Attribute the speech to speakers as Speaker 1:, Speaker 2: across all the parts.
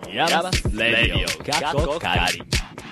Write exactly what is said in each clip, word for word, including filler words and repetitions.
Speaker 1: ヤマスレディオかっこかり。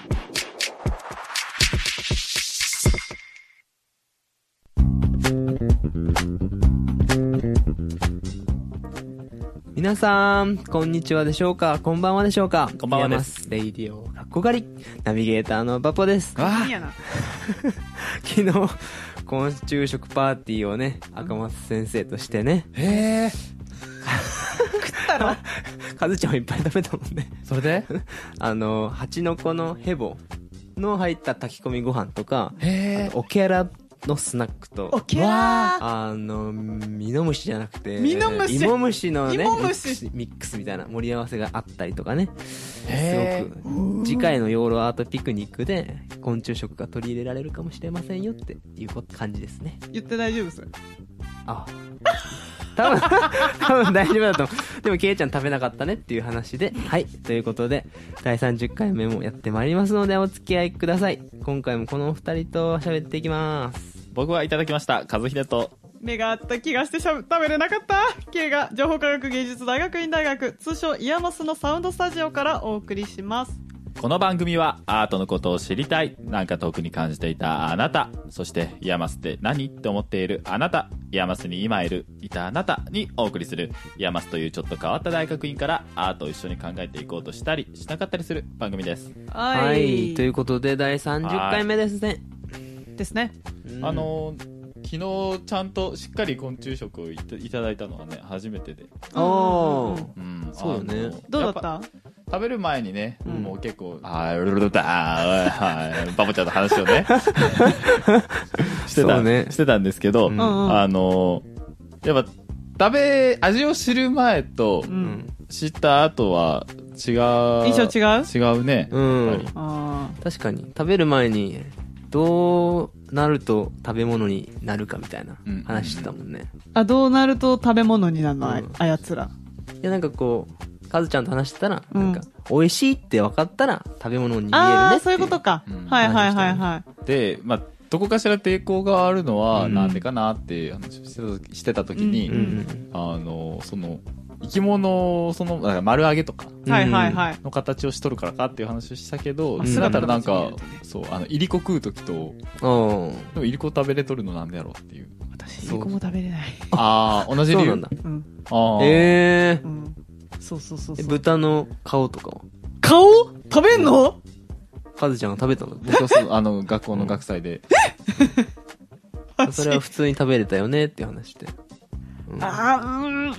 Speaker 2: 皆さんこんにちはでしょうか、こんばんはでしょうか。
Speaker 1: こんばんはです。
Speaker 2: ヤマスレディオかっこかりナビゲーターのバポです。
Speaker 3: あやな
Speaker 2: 昨日昆虫食パーティーをね、赤松先生としてね、
Speaker 1: へー
Speaker 3: 食ったの
Speaker 2: カズちゃんもいっぱい食べたもんね。
Speaker 1: それで
Speaker 2: あの蜂の子のヘボの入った炊き込みご飯とか、
Speaker 1: へー
Speaker 2: オケラのスナックと、
Speaker 3: オケラ
Speaker 2: あのミノムシじゃなくて
Speaker 3: ミノムシ
Speaker 2: イモムシのね
Speaker 3: イモムシ
Speaker 2: ミックスミックスみたいな盛り合わせがあったりとかね、
Speaker 1: へ
Speaker 2: すごく次回の養老アートピクニックで昆虫食が取り入れられるかもしれませんよっていう感じですね。
Speaker 3: 言って大丈夫それ。
Speaker 2: あ多分多分大丈夫だと思う。でもケイちゃん食べなかったねっていう話で、はいということでだいさんじゅっかいめもやってまいりますのでお付き合いください。今回もこのお二人と喋っていきます。
Speaker 1: 僕はいただきました和秀と。
Speaker 3: 目があった気がしてしゃ食べれなかった。K が情報科学芸術大学院大学通称イヤマスのサウンドスタジオからお送りします。
Speaker 1: この番組はアートのことを知りたい、なんか遠くに感じていたあなた、そしてイヤマスって何って思っているあなた、イヤマスに今いるいたあなたにお送りするイヤマスというちょっと変わった大学院からアートを一緒に考えていこうとしたりしなかったりする番組です。
Speaker 3: はい、
Speaker 2: はい、ということでだいさんじゅっかいめですね。
Speaker 3: ですね。
Speaker 2: うん
Speaker 1: あのー昨日ちゃんとしっかり昆虫食をいた、いただいたのはね初めてで、
Speaker 2: おー、
Speaker 1: うん、
Speaker 2: そうよね。
Speaker 1: あの
Speaker 3: どうだっ
Speaker 1: やぱ
Speaker 3: た？
Speaker 1: 食べる前にね、
Speaker 2: うん
Speaker 1: もう結構はいルルルダーはいバボちゃんの話をねしてた、
Speaker 2: そうね
Speaker 1: してたんですけど、
Speaker 2: うん
Speaker 1: あのやっぱ食べ味を知る前と
Speaker 3: う
Speaker 2: うんん
Speaker 1: 知った後は違う
Speaker 3: 印象違う？
Speaker 1: 違うね、
Speaker 2: うん
Speaker 1: やっぱり
Speaker 3: あ
Speaker 2: 確かに食べる前にどうなると食べ物になるかみたいな話してたもんね。
Speaker 3: ーあ、どうなると食べ物になるの、あ
Speaker 2: うん
Speaker 3: あやつら。
Speaker 2: いやなんかこうカズちゃんと話してたら、
Speaker 3: うん
Speaker 2: なんか美味しいって分かったら食べ物に見えるね
Speaker 3: ああ、
Speaker 2: っていう。
Speaker 3: そういうことか。
Speaker 1: うん
Speaker 3: はいはいはいはい。
Speaker 1: で、まあ、どこかしら抵抗があるのは
Speaker 2: うん
Speaker 1: なんでかなっていう話をしてた時してた時に、
Speaker 2: うんうん
Speaker 1: あのその生き物そのだから丸揚げとか
Speaker 3: はいはいはい。
Speaker 1: の形をしとるからかっていう話をしたけど、
Speaker 3: あ
Speaker 1: 姿らなんか
Speaker 3: 姿の形に見えるとね
Speaker 1: そうあのいりこ食う時と
Speaker 2: うん。
Speaker 1: でもいりこ食べれとるのなんでやろうっていう
Speaker 3: 私、いりこも食べれない。
Speaker 1: ああ同じ理由
Speaker 2: そうなんだ。
Speaker 3: うん。
Speaker 1: あー
Speaker 2: えー
Speaker 3: うん。そうそうそう
Speaker 2: え
Speaker 3: そう。
Speaker 2: 豚の顔とかは
Speaker 3: 顔食べんの？
Speaker 2: カズちゃんが食べたの？
Speaker 1: 僕はそうあの学校の学祭で
Speaker 2: それは普通に食べれたよねっていう話で。うん
Speaker 3: あー、うーん、う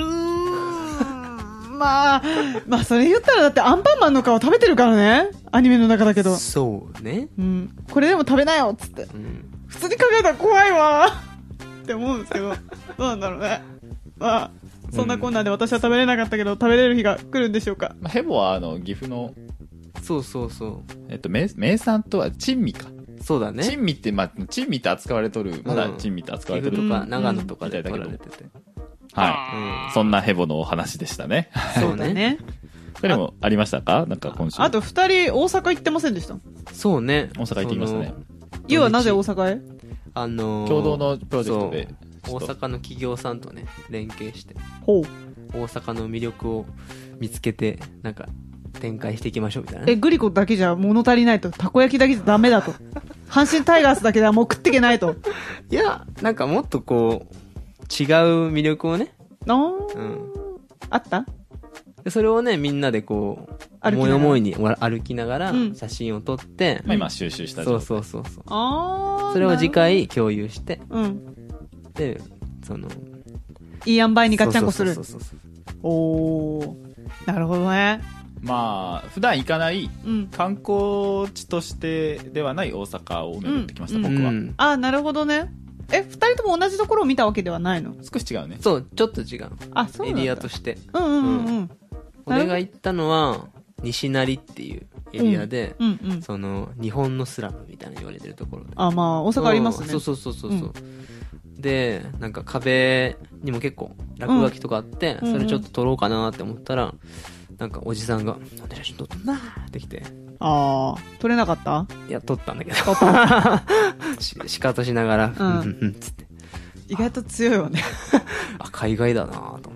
Speaker 3: ーん。まあ、まあそれ言ったらだってアンパンマンの顔食べてるからね。アニメの中だけど。
Speaker 2: そうね。
Speaker 3: うん。これでも食べなよっつって。
Speaker 2: うん。
Speaker 3: 普通に考えたら怖いわって思うんですけど、どうなんだろうね。まあ、そんなこんなで私は食べれなかったけど、食べれる日が来るんでしょうか。
Speaker 1: まあヘボはあの岐阜の
Speaker 2: そうそうそ
Speaker 1: えっと名名産とは珍味か
Speaker 2: う。そうだね。
Speaker 1: 珍味ってまあ珍味って扱われとるまだ珍味って扱われとる、
Speaker 2: 岐阜とか
Speaker 3: うん
Speaker 2: 長野とかで取られてて。
Speaker 1: はい、そんなヘボのお話でしたね。
Speaker 2: そうね。
Speaker 3: ね。
Speaker 1: 他にもありましたか？なんか今週
Speaker 3: あと二人大阪行ってませんでした？
Speaker 2: そうね。
Speaker 1: 大阪行ってきましたね。
Speaker 3: ゆうはなぜ大阪へ？
Speaker 2: あのー、
Speaker 1: 共同のプロジェクトで
Speaker 2: そう大阪の企業さんとね連携して
Speaker 3: ほう。
Speaker 2: 大阪の魅力を見つけてなんか展開していきましょうみたいな
Speaker 3: え、
Speaker 2: ね。
Speaker 3: グリコだけじゃ物足りないと。たこ焼きだけじゃダメだと。阪神タイガースだけではもう食っていけないと。
Speaker 2: いやなんかもっとこう違う魅力をね、
Speaker 3: あー
Speaker 2: うん、
Speaker 3: あった
Speaker 2: でそれをねみんなでこう
Speaker 3: 歩きながら
Speaker 2: 思い思いに歩きながら
Speaker 3: うん
Speaker 2: 写真を撮って、
Speaker 1: まあ、今収集した
Speaker 2: そう
Speaker 1: 状態
Speaker 2: そうそうそう
Speaker 3: あー。
Speaker 2: それを次
Speaker 3: なる
Speaker 2: 回共有して
Speaker 3: ほど。うん。
Speaker 2: でその
Speaker 3: いい塩梅にガッチャンコする
Speaker 2: そう。そうそうそう
Speaker 3: おー。なるほどね。
Speaker 1: まあ普段行かない
Speaker 3: うん。
Speaker 1: 観光地としてではない大阪を巡ってきました、
Speaker 3: うん
Speaker 1: 僕は、
Speaker 2: うん
Speaker 3: あ、なるほどね。え、二人とも同じところを見たわけではないの？
Speaker 1: 少し違うね。
Speaker 2: そうちょっと違う
Speaker 3: あ、そうなんだ。
Speaker 2: エリアとして
Speaker 3: うんうんうんうん。
Speaker 2: 俺が行ったのは西成っていうエリアで、
Speaker 3: うんうん。
Speaker 2: その日本のスラムみたいな言われてるところで
Speaker 3: あ、まあ、大阪ありますね。
Speaker 2: うんそうそうそうそうそう、でなんか壁にも結構落書きとかあって、
Speaker 3: うん
Speaker 2: それちょっと撮ろうかなって思ったら、なんかおじさんが「なんで写真撮ったんだ?」ってきて
Speaker 3: ああ、撮れなかった
Speaker 2: いや撮ったんだけど
Speaker 3: 撮った
Speaker 2: ししかとしながら「
Speaker 3: うん
Speaker 2: うんうんうん」つって
Speaker 3: 意外と強いよね。
Speaker 2: あ海外だなと思って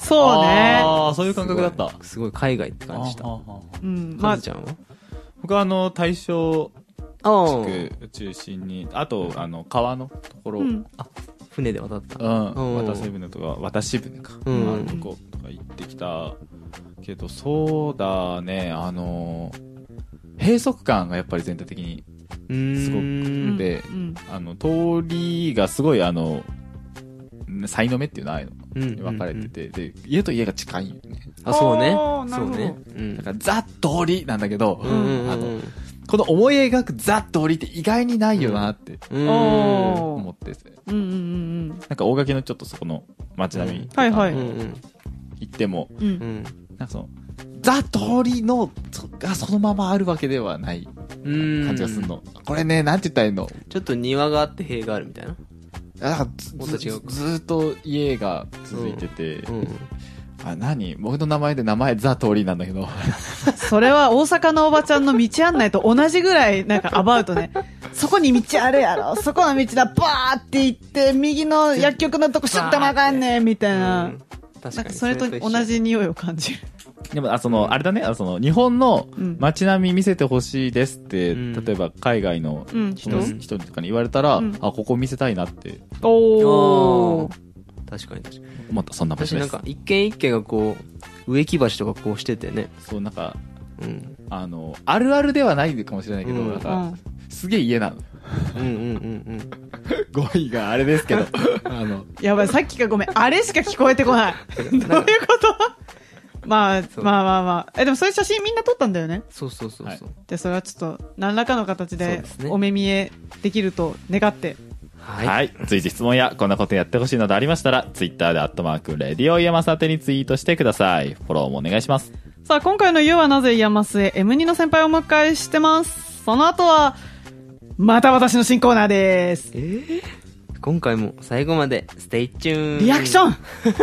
Speaker 3: そうね。
Speaker 1: ああ、そういう感覚だった。
Speaker 2: すごい海外って感じした。
Speaker 1: あーあーあー
Speaker 3: うん。まあ
Speaker 2: まず、ちゃんは
Speaker 1: 僕はあの、大正
Speaker 2: ああ。
Speaker 1: 地区中心に、あと、あの、川のところ、うん、
Speaker 3: うん。
Speaker 2: 船で渡った。
Speaker 1: 渡
Speaker 2: うん
Speaker 1: し船とか、渡し船か、
Speaker 2: うん
Speaker 1: あるとことか行ってきたけど、そうだね、あの、閉塞感がやっぱり全体的に
Speaker 2: うーん。
Speaker 1: すごくて、
Speaker 3: うん。
Speaker 1: あの、通りがすごいあの、才の目っていうのああいうの
Speaker 2: うん
Speaker 1: に分かれてて、で、家と家が近いよね。
Speaker 2: あ、そうね
Speaker 3: あー。なるほど
Speaker 2: そうね。うん
Speaker 1: だからザ・通りなんだけど、
Speaker 2: うんうんうん
Speaker 1: あの、この思い描くザ・通りって意外にないよなって
Speaker 2: うん。
Speaker 3: お
Speaker 1: 思ってて、
Speaker 3: うんうんうん
Speaker 1: なんか大垣のちょっとそこの街並みとか
Speaker 3: はいはい
Speaker 2: うんうん。
Speaker 1: 行っても、
Speaker 3: うん。う。
Speaker 2: うんん。
Speaker 1: なんかその、ザ・通りの、そがそのままあるわけではない
Speaker 2: うん。
Speaker 1: 感じがするの。これね、なんて言ったらいいの？
Speaker 2: ちょっと庭があって塀があるみたいな。
Speaker 1: なんかず
Speaker 2: もっと違うか
Speaker 1: ずずーっと家が続いてて、
Speaker 2: うん。
Speaker 1: あ、何僕の名前で名前ザ・通りなんだけど、
Speaker 3: それは大阪のおばちゃんの道案内と同じぐらい、なんかアバウトね。そこに道あるやろ。そこの道だ。バーって行って、右の薬局のとこ知ったまかんねん、みたいな。
Speaker 2: うん確かに。
Speaker 3: なんかそれと同じ匂いを感じる。
Speaker 1: でも、あ、その、あれだね、あその、日本の
Speaker 3: うん
Speaker 1: 街並み見せてほしいですって、
Speaker 2: うん
Speaker 1: 例えば海外の
Speaker 3: うん、
Speaker 1: 人,、
Speaker 3: 人
Speaker 1: 人とかに言われたら、
Speaker 3: うん
Speaker 1: あ、ここ見せたいなって
Speaker 3: おー。
Speaker 2: 確かに確かに。
Speaker 1: 思った、そんな場所です。
Speaker 2: 私なんか一軒一軒がこう、植木鉢とかこうしててね。
Speaker 1: そう、なんか、
Speaker 2: うん。
Speaker 1: あの、あるあるではないかもしれないけど、
Speaker 2: うん
Speaker 1: なんか、
Speaker 3: うん。
Speaker 1: すげえ家なの。
Speaker 2: うんうんうん
Speaker 1: 語彙があれですけど、あの、
Speaker 3: やばい、さっきからごめん。あれしか聞こえてこない。どういうことまあ、
Speaker 2: う
Speaker 3: まあまあまあ。え、でもそういう写真みんな撮ったんだよね。
Speaker 2: そうそうそうそう。
Speaker 3: で、それはちょっと、何らかの形
Speaker 2: そう
Speaker 3: で
Speaker 2: ですね
Speaker 3: お目見えできると願って。
Speaker 2: はい。
Speaker 1: はい。随時質問やこんなことやってほしいのでありましたら、ツイッターでアットマーク、レディオイヤマス宛てにツイートしてください。フォローもお願いします。
Speaker 3: さあ、今回の You はなぜイヤマスへ エムツー の先輩をお迎えしてます。その後は、また私の新コーナーです。
Speaker 2: えー今回も最後までステイチューン。
Speaker 3: リアクション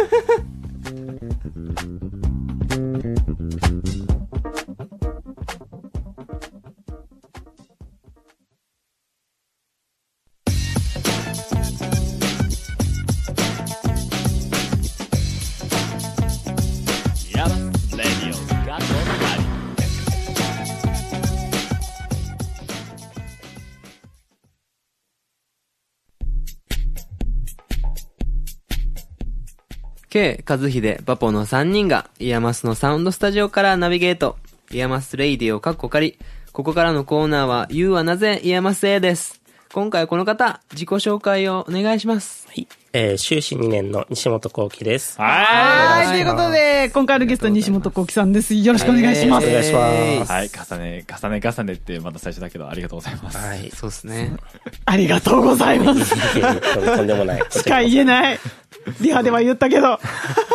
Speaker 1: ヤマスレディオガトバリ。
Speaker 2: K、和秀、バポのさんにんが、イヤマスのサウンドスタジオからナビゲート。イヤマスレイディオカッコ仮。ここからのコーナーは、You はなぜイヤマスへです。今回この方、自己紹介をお願いします。
Speaker 4: はい。えー、修士にねんの西本幸喜です。
Speaker 3: は
Speaker 1: は
Speaker 3: ーい、ということで、今回のゲスト、西本幸喜さんです。よろしくお願いします。
Speaker 4: お願いしま
Speaker 1: い。
Speaker 4: す。
Speaker 1: はい。重ね、重ね重ねってまだ最初だけど、ありがとうございます。
Speaker 4: はい。
Speaker 2: そうですね。
Speaker 3: ありがとうございます。
Speaker 4: とんでもない。
Speaker 3: しか言えない。リハでは言ったけど。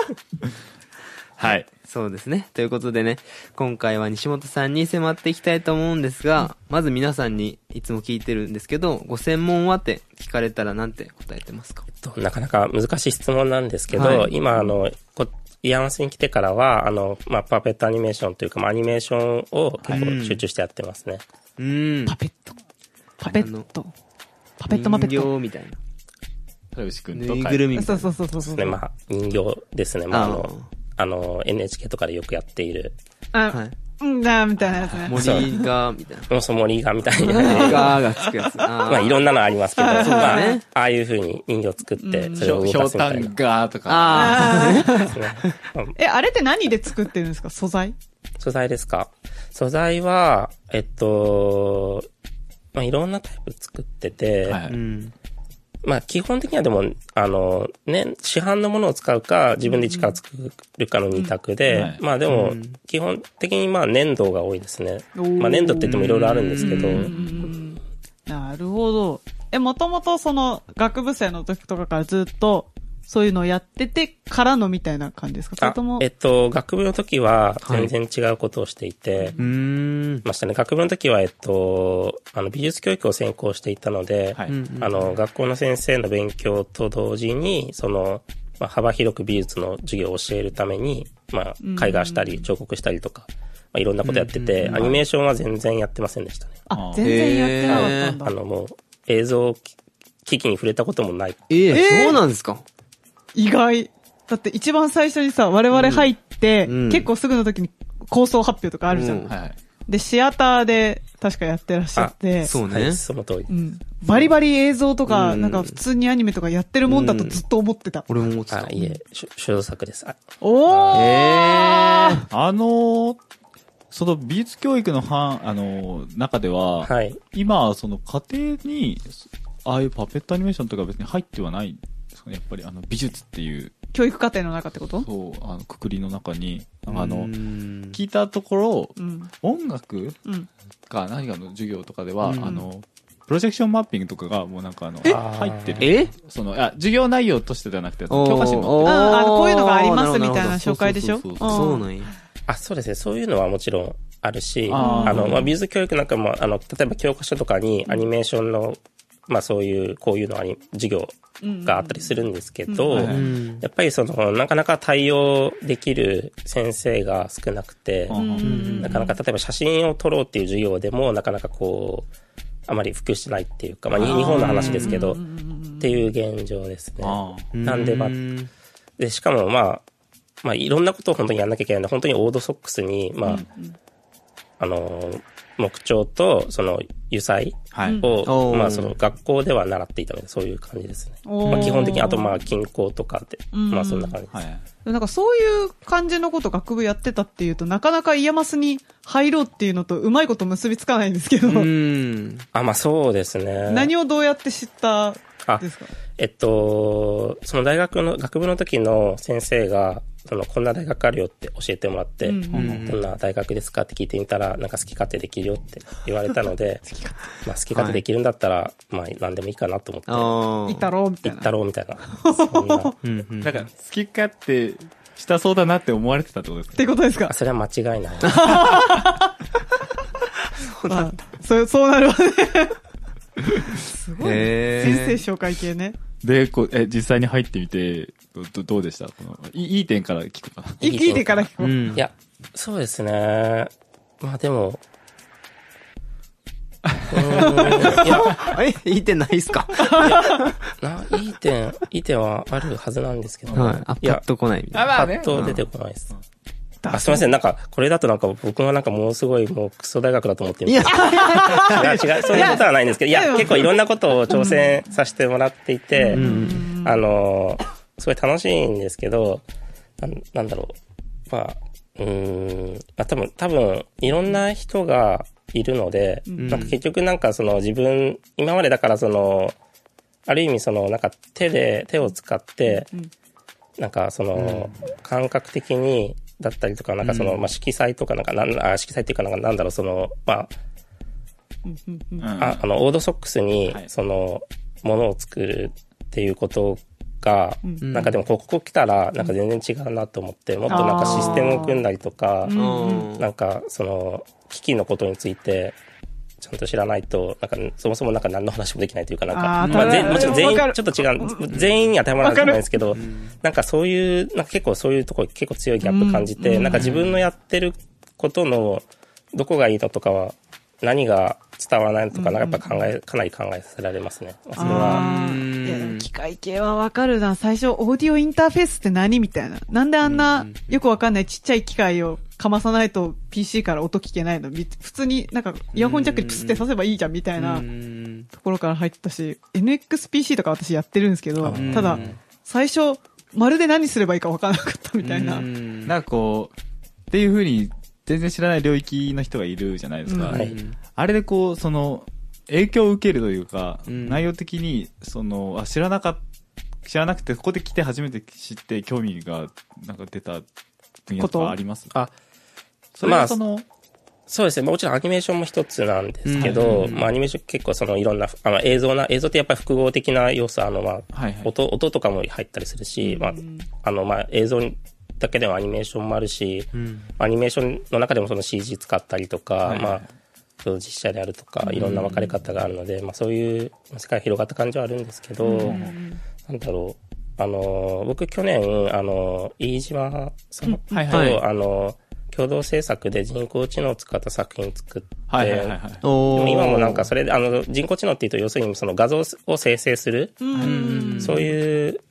Speaker 1: はい。
Speaker 2: そうですね。ということでね、今回は西本さんに迫っていきたいと思うんですが、まず皆さんにいつも聞いてるんですけど、ご専門はって聞かれたらなんて答えてますか？
Speaker 4: となかなか難しい質問なんですけど、
Speaker 2: はい
Speaker 4: 今、あの、こイヤマスに来てからは、あの、まあ、パペットアニメーションというか、まあ、アニメーションを結構集中してやってますね。
Speaker 2: うーん。
Speaker 3: パペット。パペット。パペットマペッ
Speaker 2: 人
Speaker 3: ト。
Speaker 2: 形みたいな。
Speaker 1: 牛くんと
Speaker 2: ぬいぐるみみた
Speaker 3: そ
Speaker 2: いうな。
Speaker 3: そうそうそうそう。
Speaker 4: ね、まあ、人形ですね。まあ、あ
Speaker 2: あ
Speaker 4: の、あの、エヌエイチケー とかでよくやっている、
Speaker 3: あ、
Speaker 2: はい。
Speaker 3: うんだ、みたいなやつね。
Speaker 2: 森が、みたいな。
Speaker 4: もうその森がみたいな。
Speaker 2: 森ががつくやつ。あー
Speaker 4: まあ、いろんなのありますけど、
Speaker 3: あー
Speaker 4: まあ、
Speaker 2: そうね
Speaker 4: ああいう風に人形作って、そ
Speaker 1: ひょ
Speaker 4: れを動
Speaker 1: ひょうた
Speaker 4: かすみたいな。
Speaker 1: んがとか。
Speaker 2: あ
Speaker 4: ですね。まあ
Speaker 3: え、あれって何で作ってるんですか？素材？
Speaker 4: 素材ですか？素材は、えっと、まあ、いろんなタイプ作ってて、
Speaker 1: は
Speaker 2: ー。う
Speaker 1: い。
Speaker 2: ん。
Speaker 4: まあ、基本的にはでも、あの、ね、市販のものを使うか、自分で力作るかの二択で、
Speaker 1: うんはい
Speaker 4: まあでも、
Speaker 2: うん
Speaker 4: 基本的にまあ粘土が多いですね。
Speaker 3: おー
Speaker 4: まあ粘土って言ってもいろいろあるんですけど、
Speaker 3: うんうんうんなるほど。え、もともとその、学部生の時とかからずっと、そういうのをやっててからのみたいな感じですか？それ
Speaker 4: あ
Speaker 3: とも、
Speaker 4: えっと、学部の時は
Speaker 2: はい
Speaker 4: 全然違うことをしていて、
Speaker 2: うーん。
Speaker 4: ましたね。学部の時は、えっと、あの、美術教育を専攻していたので、
Speaker 1: はい。
Speaker 2: うんうん
Speaker 4: あの、学校の先生の勉強と同時に、その、まあ、幅広く美術の授業を教えるために、まあ、絵画したり、彫刻したりとか、まあ、いろんなことやってて、アニメーションは全然やってませんでしたね。
Speaker 3: あ、全然やってなかったんだ。
Speaker 4: あの、もう、映像機器に触れたこともない。
Speaker 2: ええ
Speaker 3: えー
Speaker 2: そうなんですか？
Speaker 3: 意外。 だって一番最初にさ、我々入って、
Speaker 2: うん
Speaker 3: 結構すぐの時に構想発表とかあるじゃん。
Speaker 2: うん
Speaker 1: はいはい。
Speaker 3: で、シアターで確かやってらっしゃって、
Speaker 2: そうね。
Speaker 4: はい、その通り。
Speaker 3: うん。バリバリ映像とか、
Speaker 2: うん
Speaker 3: なんか普通にアニメとかやってるもんだとずっと思ってた。
Speaker 2: 俺も思ってた。
Speaker 4: あ、いえ、し所作です。あ
Speaker 3: おー、
Speaker 2: えー。
Speaker 1: あのー、その美術教育の範、あのー、中では、
Speaker 4: はい。
Speaker 1: 今、その家庭に、ああいうパペットアニメーションとか別に入ってはないんですかね。やっぱりあの美術っていう、
Speaker 3: 教育課程の中ってこと
Speaker 1: そう、あの、くくりの中に、なんかあの、
Speaker 2: うん
Speaker 1: 聞いたところ、
Speaker 3: うん。
Speaker 1: 音楽
Speaker 3: うん。
Speaker 1: か何かの授業とかでは、
Speaker 2: うん
Speaker 1: あの、プロジェクションマッピングとかがもうなんかあの、
Speaker 4: え
Speaker 1: 入ってる。
Speaker 2: え
Speaker 1: その、いや、授業内容としてではなくて、
Speaker 2: おー
Speaker 1: 教科書に載って
Speaker 2: おー
Speaker 3: ああの、こういうのがあります
Speaker 2: なるほど
Speaker 3: みたいな紹介でしょ
Speaker 1: そうそう
Speaker 2: あそうなんや。
Speaker 4: あ、そうですね。そういうのはもちろんあるし、
Speaker 1: あー
Speaker 4: あの、まあ、美術教育なんかも、あの、例えば教科書とかにアニメーションの、まあ、そういう、こういうのアニ授業があったりするんですけど、
Speaker 1: うんはい
Speaker 2: うん
Speaker 4: やっぱりその、なかなか対応できる先生が少なくて、
Speaker 1: うん
Speaker 4: なかなか例えば写真を撮ろうっていう授業でも、なかなかこう、あまり普及してないっていうか、まあ、に日本の話ですけど、っていう現状ですね。
Speaker 1: ああ
Speaker 4: なんでまあ
Speaker 2: うん
Speaker 4: で、しかもまあ、まあいろんなことを本当にやんなきゃいけないので、本当にオードソックスに、まあ、あの、木彫とその油彩
Speaker 1: はい。
Speaker 4: を、
Speaker 2: うん
Speaker 4: まあその学校では習っていたので、そういう感じですね。
Speaker 3: おー
Speaker 4: まあ基本的に、あとまあ金工とかで、
Speaker 3: ん
Speaker 4: まあそんな感じです。
Speaker 1: はい。
Speaker 3: なんかそういう感じのこと学部やってたっていうと、なかなかイヤマスに入ろうっていうのとうまいこと結びつかないんですけど、
Speaker 2: うん。
Speaker 4: あ、まあそうですね。
Speaker 3: 何をどうやって知ったん
Speaker 4: あ
Speaker 3: ですか？
Speaker 4: えっと、その大学の、学部の時の先生が、その、こんな大学あるよって教えてもらって、
Speaker 3: うん
Speaker 2: うん
Speaker 4: どんな大学ですかって聞いてみたら、なんか好き勝手できるよって言われたので、まあ好き勝手できるんだったら、まあ何でもいいかなと思って、
Speaker 2: ああ。
Speaker 3: 行ったろうみたいな。
Speaker 4: 行ったろうみたいな。そんな。
Speaker 2: うんうん。
Speaker 1: なんか、好き勝手したそうだなって思われてたってことですか？
Speaker 3: ってことですか
Speaker 4: あ？それは間違いない。
Speaker 3: あそう、そうなるわね。すごい。
Speaker 2: へー
Speaker 3: 先生紹介系ね。
Speaker 1: で、こう、え、実際に入ってみて、ど、どどうでした？このいいい点から聞こうかな。
Speaker 3: いいいてから聞こう。
Speaker 2: うん
Speaker 4: い。や、そうですね。まあでも、うーんいや、
Speaker 2: え、いい点ないっすか？
Speaker 4: な、いい点、いい点はあるはずなんですけど、
Speaker 2: はい。あ、
Speaker 4: いや
Speaker 2: パッ、と来ないみたいな。
Speaker 1: ま
Speaker 4: パッと出てこないです。あ、すみません。なんか、これだとなんか僕はなんかものすごいもうクソ大学だと思ってる。
Speaker 2: いや、
Speaker 4: 違う違う、そういうことはないんですけど、いや、結構いろんなことを挑戦させてもらっていて、あの、すごい楽しいんですけど、なんなんだろう。まあ、うーん、まあ多分、多分、いろんな人がいるので、なんか結局なんかその自分、今までだからその、ある意味その、なんか手で、手を使って、なんかその、感覚的に、だったりとか、なんかその、まあ、色彩とか、なんか、なん、あ、色彩っていうか、なんか、なんだろう、その、まあ、
Speaker 1: うん
Speaker 4: ああの、オードソックスに
Speaker 1: はい、
Speaker 4: その、ものを作るっていうことが、
Speaker 2: ん
Speaker 4: なんかでも、ここ来たら、なんか全然違うなと思って、もっとなんかシステムを組んだりとか、
Speaker 2: うん
Speaker 4: なんか、その、機器のことについて、ちゃんと知らないと、なんか、そもそもなんか何の話もできないというか、なんか、
Speaker 3: あー
Speaker 4: まあ、全もちろん全員
Speaker 3: わかる
Speaker 4: ちょっと違う、全員に当てはまらないと思うんですけど、なんかそういう、なんか結構そういうところ結構強いギャップ感じて、なんか自分のやってることの、どこがいいのとかは、何が伝わらないのとか、なんかやっぱ考え、かなり考えさせられますね。それは、
Speaker 3: あ
Speaker 2: うん
Speaker 3: ーいやでも機械系はわかるな。最初、オーディオインターフェースって何みたいな。なんであんな、よくわかんないちっちゃい機械をかまさないと ピーシー から音聞けないの。み普通になんか、イヤホンジャックにプスってさせばいいじゃんみたいな
Speaker 2: うん
Speaker 3: ところから入ったし、エヌエックスピーシー とか私やってるんですけど、
Speaker 2: ん
Speaker 3: ただ、最初、まるで何すればいいかわからなかったみたいな。
Speaker 2: うん
Speaker 1: なんかこう、っていう風に全然知らない領域の人がいるじゃないですか。
Speaker 3: うん
Speaker 4: はい
Speaker 1: あれでこう、その、影響を受けるというか、
Speaker 2: うん
Speaker 1: 内容的に、その、あ、知らなかった、知らなくて、ここで来て初めて知って興味が、なんか出た分野とかあります
Speaker 4: あ、
Speaker 1: それはその、
Speaker 4: そうですね。もちろんアニメーションも一つなんですけ
Speaker 1: う
Speaker 4: ど、
Speaker 1: ん
Speaker 4: まあアニメーション結構そのいろんな、あの映像な、映像ってやっぱり複合的な要素、あのまあ、
Speaker 1: はいはい。
Speaker 4: 音、音とかも入ったりするし、まあ、あのまあ映像だけでもアニメーションもあるし、
Speaker 2: うん
Speaker 4: アニメーションの中でもその シージー 使ったりとか、
Speaker 1: はいはい
Speaker 4: まあ、そう実写であるとか、いろんな分かれ方があるので、まあそういう世界が広がった感じはあるんですけど、なんだろう、あの、僕去年、あの、飯島さんと、
Speaker 1: はい
Speaker 2: はい
Speaker 4: あの、共同制作で人工知能を使った作品作って、
Speaker 1: はいはいはいはい。
Speaker 2: おー
Speaker 4: でも今もなんかそれで、あの、人工知能っていうと、要するにその画像を生成する、
Speaker 2: うん
Speaker 4: そういう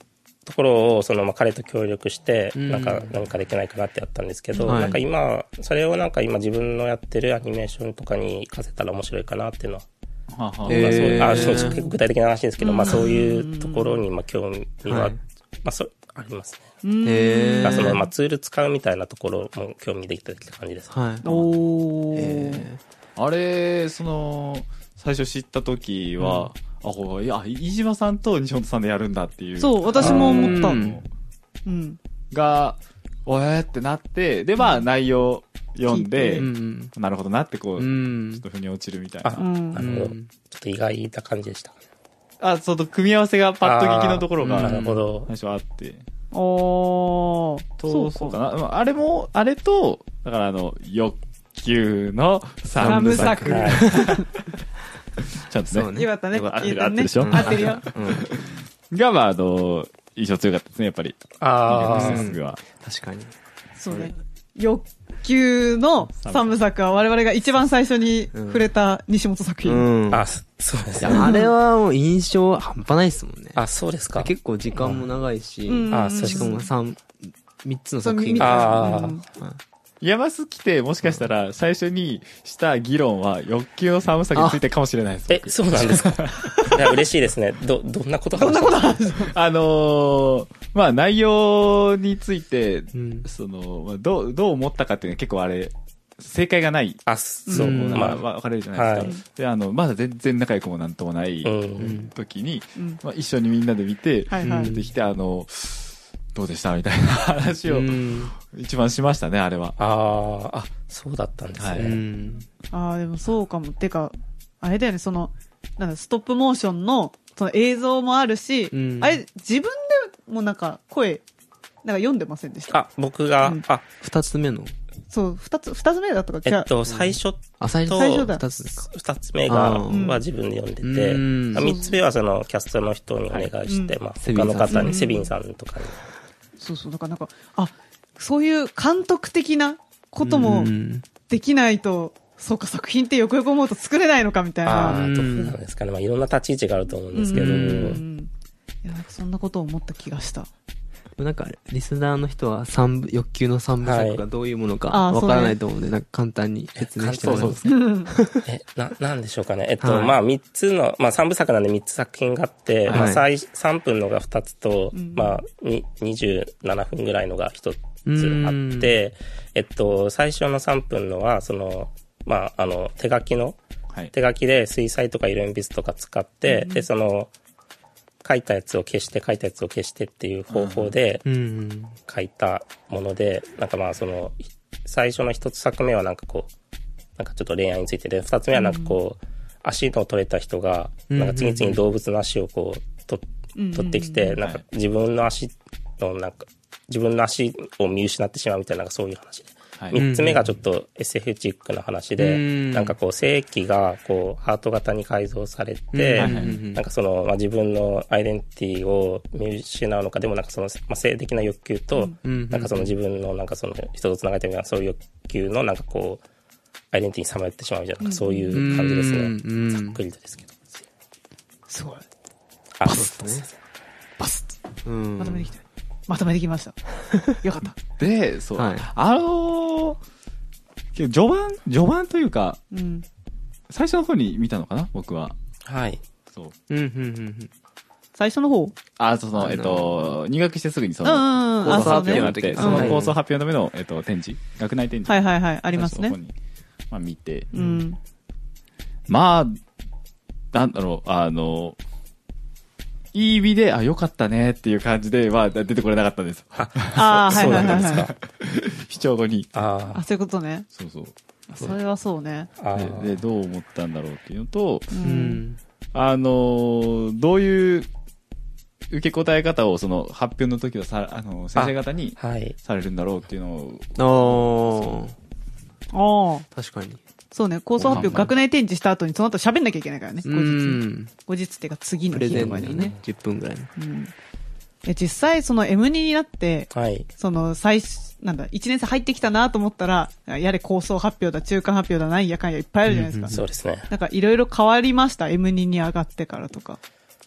Speaker 4: ところを、その、まあ、彼と協力して、
Speaker 2: うん
Speaker 4: なんか、何かできないかなってやったんですけど、
Speaker 2: はい
Speaker 4: なんか今、それをなんか今自分のやってるアニメーションとかに活かせたら面白いかなっていうのは、
Speaker 1: はは
Speaker 2: へー
Speaker 4: まあそういう、あ、そう結構具体的な話ですけど、
Speaker 3: うん
Speaker 4: まあそういうところに、まあ興味は、
Speaker 2: はい
Speaker 4: まあそう、ありますね。
Speaker 3: うん
Speaker 2: へー
Speaker 4: だからその、まあツール使うみたいなところも興味できたって感じです。
Speaker 2: はい。
Speaker 3: おー。
Speaker 2: え
Speaker 1: あれ、その、最初知った時は、あ、ほいや、飯島さんと西本さんでやるんだっていう。
Speaker 3: そう、私も思った。
Speaker 2: う
Speaker 3: うんん。うん。
Speaker 1: が、おえーってなって、で、まあ内容読んで、
Speaker 2: ーうん
Speaker 1: なるほどなってこう、
Speaker 2: う
Speaker 1: ちょ
Speaker 2: ん
Speaker 1: っと腑に落ちるみたい
Speaker 4: あ、
Speaker 1: な。
Speaker 3: うん
Speaker 4: なるほど。ちょ
Speaker 2: うん
Speaker 4: っと意外な感じでした。
Speaker 1: あ、その組み合わせがパッと聞きのところが、
Speaker 2: あー
Speaker 4: なるほど。
Speaker 1: 最初あって。
Speaker 3: おー。
Speaker 1: と、そうかな。まああれも、あれと、だからあの、欲求の三部作。
Speaker 3: 三部
Speaker 4: はい。
Speaker 1: ちゃんとね。
Speaker 2: そうね
Speaker 3: よかったね。
Speaker 1: よかった
Speaker 3: 言えたね
Speaker 1: 合ってるでしょ
Speaker 3: 合ってるよ。
Speaker 2: うん。
Speaker 1: が、まあ、あの、印象強かったですね、やっぱり。
Speaker 4: あ
Speaker 1: セ
Speaker 4: あ、
Speaker 1: スグは。
Speaker 2: 確かに。
Speaker 3: そうね。欲求の三部作は我々が一番最初に触れた西本作品。
Speaker 2: うん。
Speaker 4: あ、そそうです
Speaker 2: い
Speaker 4: ね。
Speaker 2: やあれはもう印象半端ないですもんね。
Speaker 4: あ、そうですか。
Speaker 2: 結構時間も長いし、
Speaker 3: うん
Speaker 4: あそう
Speaker 2: しかも三、三つの
Speaker 3: そう
Speaker 2: 作品
Speaker 3: 見た
Speaker 4: あー
Speaker 3: うん
Speaker 1: 山須来て、もしかしたら、最初にした議論は、欲求の三部作についてかもしれないです。
Speaker 4: え、
Speaker 1: 僕
Speaker 4: そうなんですか。いや、嬉しいですね。ど、どんなこと
Speaker 3: どんなこと
Speaker 4: 話
Speaker 3: あるの
Speaker 1: あのー、まあ、内容について、
Speaker 2: うん。
Speaker 1: その、まあどう、どう思ったかっていうのは結構あれ、正解がない。
Speaker 4: あ、そう、
Speaker 2: うん
Speaker 1: まあ、
Speaker 4: まあ、
Speaker 1: 分かれるじゃないですか。で、あの、まだ全然仲良くもなんともない
Speaker 4: うん。
Speaker 1: 時に、
Speaker 3: うん
Speaker 1: まあ、一緒にみんなで見て、
Speaker 3: はいはい。
Speaker 2: うん
Speaker 1: できて、あの、どうでしたみたいな話を
Speaker 2: うん。
Speaker 1: 一番しましたね、あれは。
Speaker 4: ああ、あ、そうだったんです
Speaker 1: は
Speaker 2: う
Speaker 4: ね。
Speaker 2: ん。
Speaker 3: ああ、でもそうかも。てか、あれだよね、その、なんだ、ストップモーションの、その映像もあるし、
Speaker 2: うん
Speaker 3: あれ、自分でもなんか声、なんか読んでませんでした。
Speaker 4: あ、僕が、
Speaker 3: うん
Speaker 4: あ、
Speaker 2: 二つ目の
Speaker 3: そう、二つ、二つ目だったか違う。
Speaker 4: えっと、最初
Speaker 2: あ、最初
Speaker 4: 最
Speaker 3: 初だ
Speaker 2: 二つですか。
Speaker 4: 二つ目が、
Speaker 2: あー
Speaker 4: は自分で読んで
Speaker 2: う
Speaker 4: て、
Speaker 2: ん
Speaker 4: あ三つ目はそのキャストの人にお願いして、
Speaker 3: はい
Speaker 4: まあ、
Speaker 2: セビンさん
Speaker 4: 他の方に、
Speaker 3: うん
Speaker 4: セビンさんとかに。
Speaker 3: そうそう、だからなんか、あ、そういう監督的なことも
Speaker 2: うん
Speaker 3: できないと、そうか、作品ってよくよく思うと作れないのかみたいな。
Speaker 4: ああ、
Speaker 2: うん
Speaker 4: どうなんですかね。まあ、いろんな立ち位置があると思うんですけど、
Speaker 3: うんいや、なんかそんなことを思った気がした。
Speaker 2: なんか、リスナーの人は三部、欲求の三部作がどういうものか
Speaker 3: あー
Speaker 2: わからないと思うので、なんか簡単に説明してもらいます。
Speaker 4: え、な、なんでしょうかね。えっと、
Speaker 2: はい
Speaker 4: まあ、三つの、まあ、三部作なんで三つ作品があって、
Speaker 2: はい
Speaker 4: まあ、最、三分のが二つと、
Speaker 3: うん
Speaker 4: まあ、に、二十七分ぐらいのが一つ
Speaker 2: うん
Speaker 4: あって、えっと、最初の三分のは、その、まあ、あの、手書きの、
Speaker 1: はい。
Speaker 4: 手書きで水彩とか色鉛筆とか使って、で、その、書いたやつを消して、書いたやつを消してっていう方法で
Speaker 2: うん。
Speaker 4: 書いたもので、なんかまあその、最初の一つ作目はなんかこう、なんかちょっと恋愛についてで、二つ目はなんかこう、足の取れた人が、なんか次々に動物の足をこう、と取ってきて、なんか自分の足のなんか、自分の足を見失ってしまうみたいな、なんかそういう話で。
Speaker 1: はい。
Speaker 4: 三つ目がちょっと エスエフ チックな話で、
Speaker 2: うん
Speaker 4: なんかこう、正規がこう、ハート型に改造されて、
Speaker 2: うんはいはい
Speaker 4: なんかその、まあ、自分のアイデンティティを見失うのか、でもなんかその、まあ、性的な欲求と、
Speaker 2: うん
Speaker 4: なんかその自分のなんかその、人と繋がれたようなそういう欲求のなんかこう、アイデンティティにさまよってしまうみたいな、なんかそういう感じですね。
Speaker 2: うん
Speaker 4: ざっくりとですけど。
Speaker 3: すごい。
Speaker 4: あ、
Speaker 2: バスッとね。
Speaker 3: バスッ
Speaker 2: うん。
Speaker 3: まとめてきた。まとめてきました。よかった。
Speaker 1: で、そう。
Speaker 2: はい
Speaker 1: あのー、けど序盤、序盤というか、
Speaker 3: うん。
Speaker 1: 最初の方に見たのかな僕は。
Speaker 4: はい。
Speaker 1: そう。
Speaker 2: うん、うん、うん。
Speaker 3: 最初の方
Speaker 1: あ、そうそう、
Speaker 2: あのー
Speaker 1: えっと、入学してすぐにそ
Speaker 3: うんうん
Speaker 1: の、
Speaker 3: うん。
Speaker 1: 構想
Speaker 3: あ、そうね。
Speaker 1: 発表があって、そ
Speaker 2: うん
Speaker 1: の構想発表のための、えっと、展示、学内展示。
Speaker 3: はいはいはい。ありますね
Speaker 1: 最初の。方にまあ見て。
Speaker 3: うん。
Speaker 1: まあ、なんだろう、あの、いい意味で、あ、よかったねっていう感じでは出てこれなかったんです。
Speaker 3: ああ、はい
Speaker 4: そう
Speaker 3: はい
Speaker 4: なんですか。
Speaker 3: はいはい。
Speaker 1: 視聴後に。
Speaker 4: あ
Speaker 3: あ、そういうことね。
Speaker 1: そうそう。
Speaker 3: それはそうね。
Speaker 4: あ、あ
Speaker 1: で
Speaker 4: あ。
Speaker 1: で、どう思ったんだろうっていうのと、
Speaker 3: う。
Speaker 2: うんん。
Speaker 1: あのーどういう受け答え方をその発表の時はさ、あの、先生方に
Speaker 4: はい。
Speaker 1: されるんだろうっていうのを、
Speaker 2: ああ。
Speaker 3: ああ。
Speaker 2: 確かに。
Speaker 3: そうね。構想発表、学内展示した後にその後喋んなきゃいけないからね。後
Speaker 2: う
Speaker 3: 日。
Speaker 2: ん。
Speaker 3: 後日っていうか次の
Speaker 2: プレゼン
Speaker 3: 日とかにね
Speaker 2: にね。。じゅっぷんぐらいの。
Speaker 3: うん。え、実際その エムツー になって、
Speaker 4: はい。
Speaker 3: その最初、なんだ、いちねん生入ってきたなと思ったら、やれ構想発表だ、中間発表だ、なんやかんやいっぱいあるじゃないですか。
Speaker 4: そうですね。
Speaker 3: なんかいろいろ変わりました。エムツー に上がってからとか。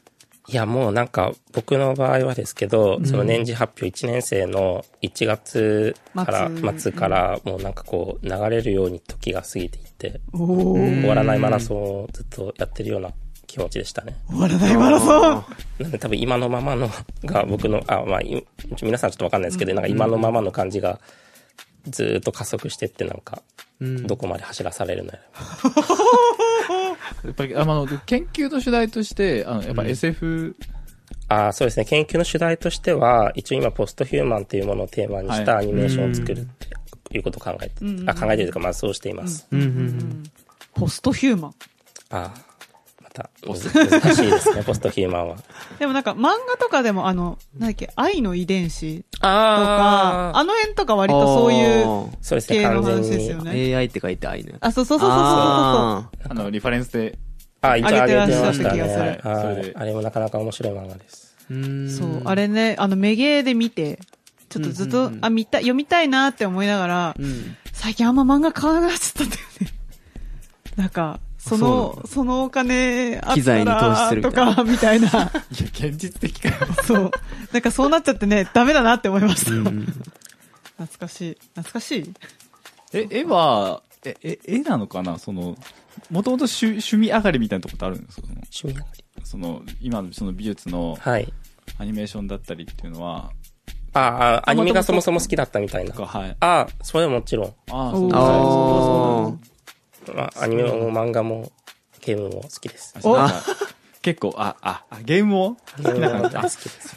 Speaker 4: いや、もうなんか、僕の場合はですけど、うん、その年次発表いちねん生のいちがつから、末, 末から、もうなんかこう、流れるように時が過ぎていって、終わらないマラソンをずっとやってるような気持ちでしたね。
Speaker 3: 終わらないマラソン
Speaker 4: なんで多分今のままのが僕の、あ、まあ、皆さんちょっとわかんないですけど、うん、なんか今のままの感じが、ずっと加速してってなんか、うん、どこまで走らされるのや
Speaker 1: やっぱりあの研究の主題としてあのやっぱ エスエフ、うん、
Speaker 4: あそうですね研究の主題としては一応今ポストヒューマンというものをテーマにしたアニメーションを作るっていうことを考えて、うん、あ考えてるというかまあそうしています、
Speaker 3: うんうんうん、ポストヒューマン
Speaker 4: あまた難しいですねポストヒューマンは
Speaker 3: でもなんか漫画とかでもあのなんだっけ愛の遺伝子とか あ, あの辺とか割とそういう系の話ですよね。
Speaker 2: エーアイ って書いて愛のやつ。
Speaker 3: あそうそうそうそうそうそうあ
Speaker 1: のリファレンスで
Speaker 4: あ一応上げてましたね。
Speaker 1: はいそれで
Speaker 4: あれもなかなか面白い漫画です。
Speaker 3: うーんそうあれねあのメゲーで見てちょっとずっと、うんうんうん、あ見た読みたいなって思いながら、うん、最近あんま漫画買わなくなっちゃったんだよね。なんかその、そ, そのお金あったらとか、みたいな。いや、
Speaker 1: 現実的かよ。
Speaker 3: そう。なんかそうなっちゃってね、ダメだなって思いました。うん、懐かしい。懐かしい
Speaker 1: え、絵は、え、え、絵なのかなその、もともと趣味上がりみたいなとこってあるんですか
Speaker 4: 趣味上がり
Speaker 1: その、今のその美術の、
Speaker 4: はい。
Speaker 1: アニメーションだったりっていうのは、
Speaker 4: ああ、アニメがそもそも好きだったみたいな。
Speaker 1: はい。
Speaker 4: ああ、それはもちろん。
Speaker 1: ああ、そうですね。
Speaker 4: まあ、アニメも漫画もゲームも好きです。
Speaker 1: 結構、あ、あ、ゲームも
Speaker 4: ゲームも好きです。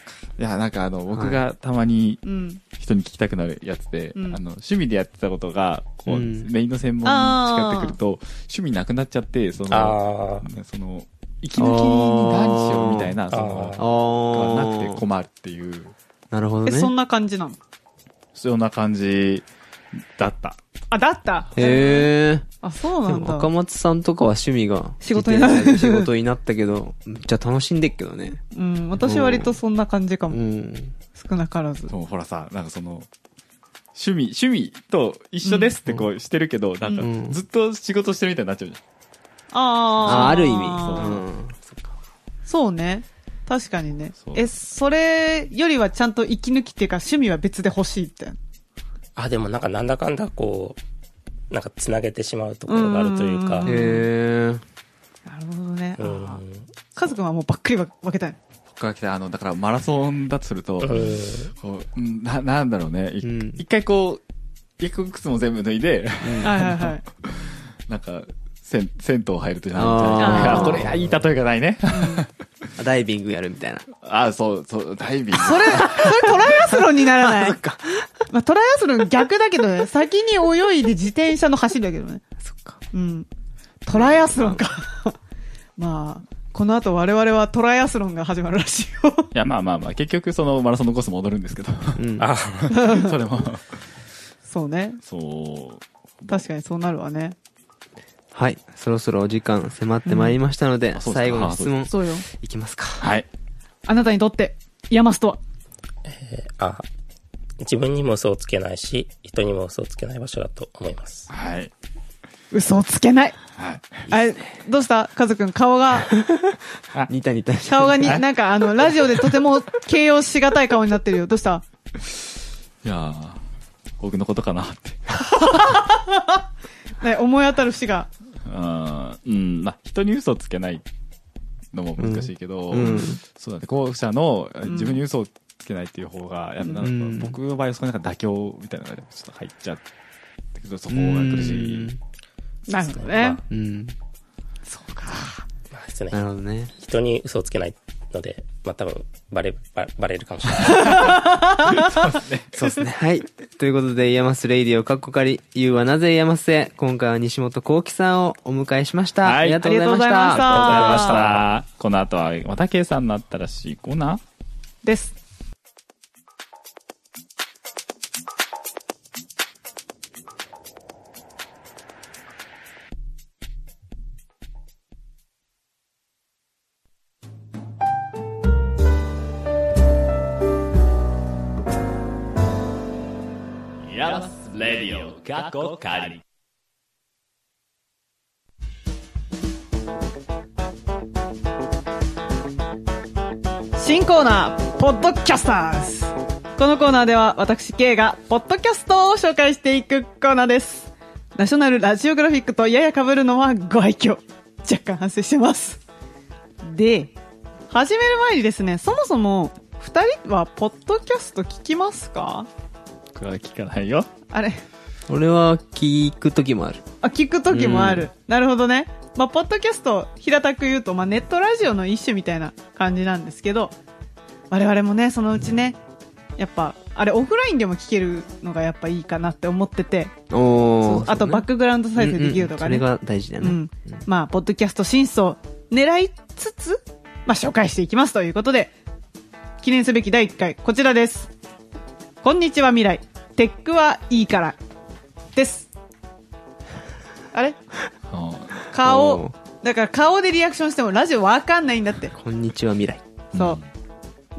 Speaker 1: いや、なんかあの、僕がたまに人に聞きたくなるやつで、うん、あの、趣味でやってたことが、こう、うん、メインの専門に近ってくると、趣味なくなっちゃって、その、その、息抜きに何しようみたいな、その、がなくて困るっていう。
Speaker 2: なるほどね。
Speaker 3: え、そんな感じなの？
Speaker 1: そんな感じだった。
Speaker 3: あ、だった
Speaker 2: へー。
Speaker 3: あ、そうなんだ。
Speaker 2: 赤松さんとかは趣味が
Speaker 3: 仕事になる。
Speaker 2: 仕事になったけど、めっちゃ楽しんでっけどね。
Speaker 3: うん、私割とそんな感じかも。うん。少なからず。
Speaker 1: そう、ほらさ、なんかその、趣味、趣味と一緒ですってこうしてるけど、うん、なんかずっと仕事してるみたいになっちゃうじゃん。
Speaker 3: あ
Speaker 2: あ。あ、ある意味。そう。
Speaker 3: うん、そうね。確かにね。え、それよりはちゃんと息抜きっていうか趣味は別で欲しいって。
Speaker 4: あ、でもなんかなんだかんだこう、なんかつなげてしまうところがあるというか。
Speaker 2: へー。
Speaker 3: なるほどね。カズくんはもうばっくり分けたい。
Speaker 1: 僕が来た、あの、だからマラソンだとすると、こうな、なんだろうね。一、うん、回こう、一個靴も全部脱いで、
Speaker 3: はいはいはい。
Speaker 1: なんか、銭湯入るとじゃないあこれ、いい例えがないね。
Speaker 2: ダイビングやるみたいな。
Speaker 1: あ、そう、そう、ダイビング。
Speaker 3: それ、それトライアスロンにならない。そっか。まあ、トライアスロン逆だけどね、先に泳いで自転車の走るだけどね。
Speaker 2: そっか。
Speaker 3: うん。トライアスロンか。まあ、この後我々はトライアスロンが始まるらしいよ。
Speaker 1: いや、まあまあまあ、結局そのマラソンのコース戻るんですけど。うん。あ、それも。
Speaker 3: そうね。
Speaker 1: そう。
Speaker 3: 確かにそうなるわね。
Speaker 2: はい。そろそろお時間迫ってまいりましたので、うん、最後の質問。そうよ。いきますか。
Speaker 1: はい。
Speaker 3: あなたにとって、ヤマスとは
Speaker 4: えー、あ、自分にも嘘をつけないし、人にも嘘をつけない場所だと思います。
Speaker 1: はい。
Speaker 3: 嘘をつけない。はい。あれ、どうしたカズくん、顔が。
Speaker 2: 似た似た。
Speaker 3: 顔がに、なんかあの、ラジオでとても形容しがたい顔になってるよ。どうした
Speaker 1: いやー、僕のことかなって。
Speaker 3: ね、思い当たる節が。
Speaker 1: うん、まあ、人に嘘をつけないのも難しいけど、うんうん、そうだね、後者の自分に嘘をつけないっていう方が、やっぱなんか僕の場合はそこになんか妥協みたいなのがちょっと入っちゃったけど、そこが苦しい。
Speaker 3: なるほどね。
Speaker 2: まあ、うん。
Speaker 3: そうか。
Speaker 4: まあですね。
Speaker 2: なるほどね。
Speaker 4: 人に嘘をつけないので、まあ多分、バレ、ババレるかもしれない。
Speaker 2: そうですね。そうですね。はい。ということで、イヤマスレイディオカッコカリ、ユーはなぜイヤマスへ、今回は西本幸喜さんをお迎えしました。はい。ありがとうございました。あり
Speaker 3: がとうございました。
Speaker 1: この後は、また計算の新しいコーナー
Speaker 3: です。
Speaker 1: ヤマスレディオカッコカリ。
Speaker 3: 新コーナー、ポッドキャスターズ。このコーナーでは私 K がポッドキャストを紹介していくコーナーです。ナショナルラジオグラフィックとやや被るのはご愛嬌、若干反省してます。で、始める前にですね、そもそもふたりはポッドキャスト聞きますか？
Speaker 1: 僕は聞かないよ。
Speaker 3: あれ、
Speaker 2: 俺は聞く時もある。
Speaker 3: あ、聞く時もある。なるほどね。まあ、ポッドキャスト、平たく言うと、まあ、ネットラジオの一種みたいな感じなんですけど、我々もね、そのうちね、やっぱ、あれ、オフラインでも聞けるのがやっぱいいかなって思ってて、
Speaker 2: おー。
Speaker 3: あと、バックグラウンド再生できるとかね。
Speaker 2: うんうん、それが大事だね。
Speaker 3: うん。まあ、ポッドキャスト新装狙いつつ、まあ、紹介していきますということで、記念すべきだいいっかい、こちらです。こんにちは未来。テックはいいから。です。あれ顔、だから顔でリアクションしてもラジオわかんないんだって。
Speaker 2: こんにちは未来。
Speaker 3: そう。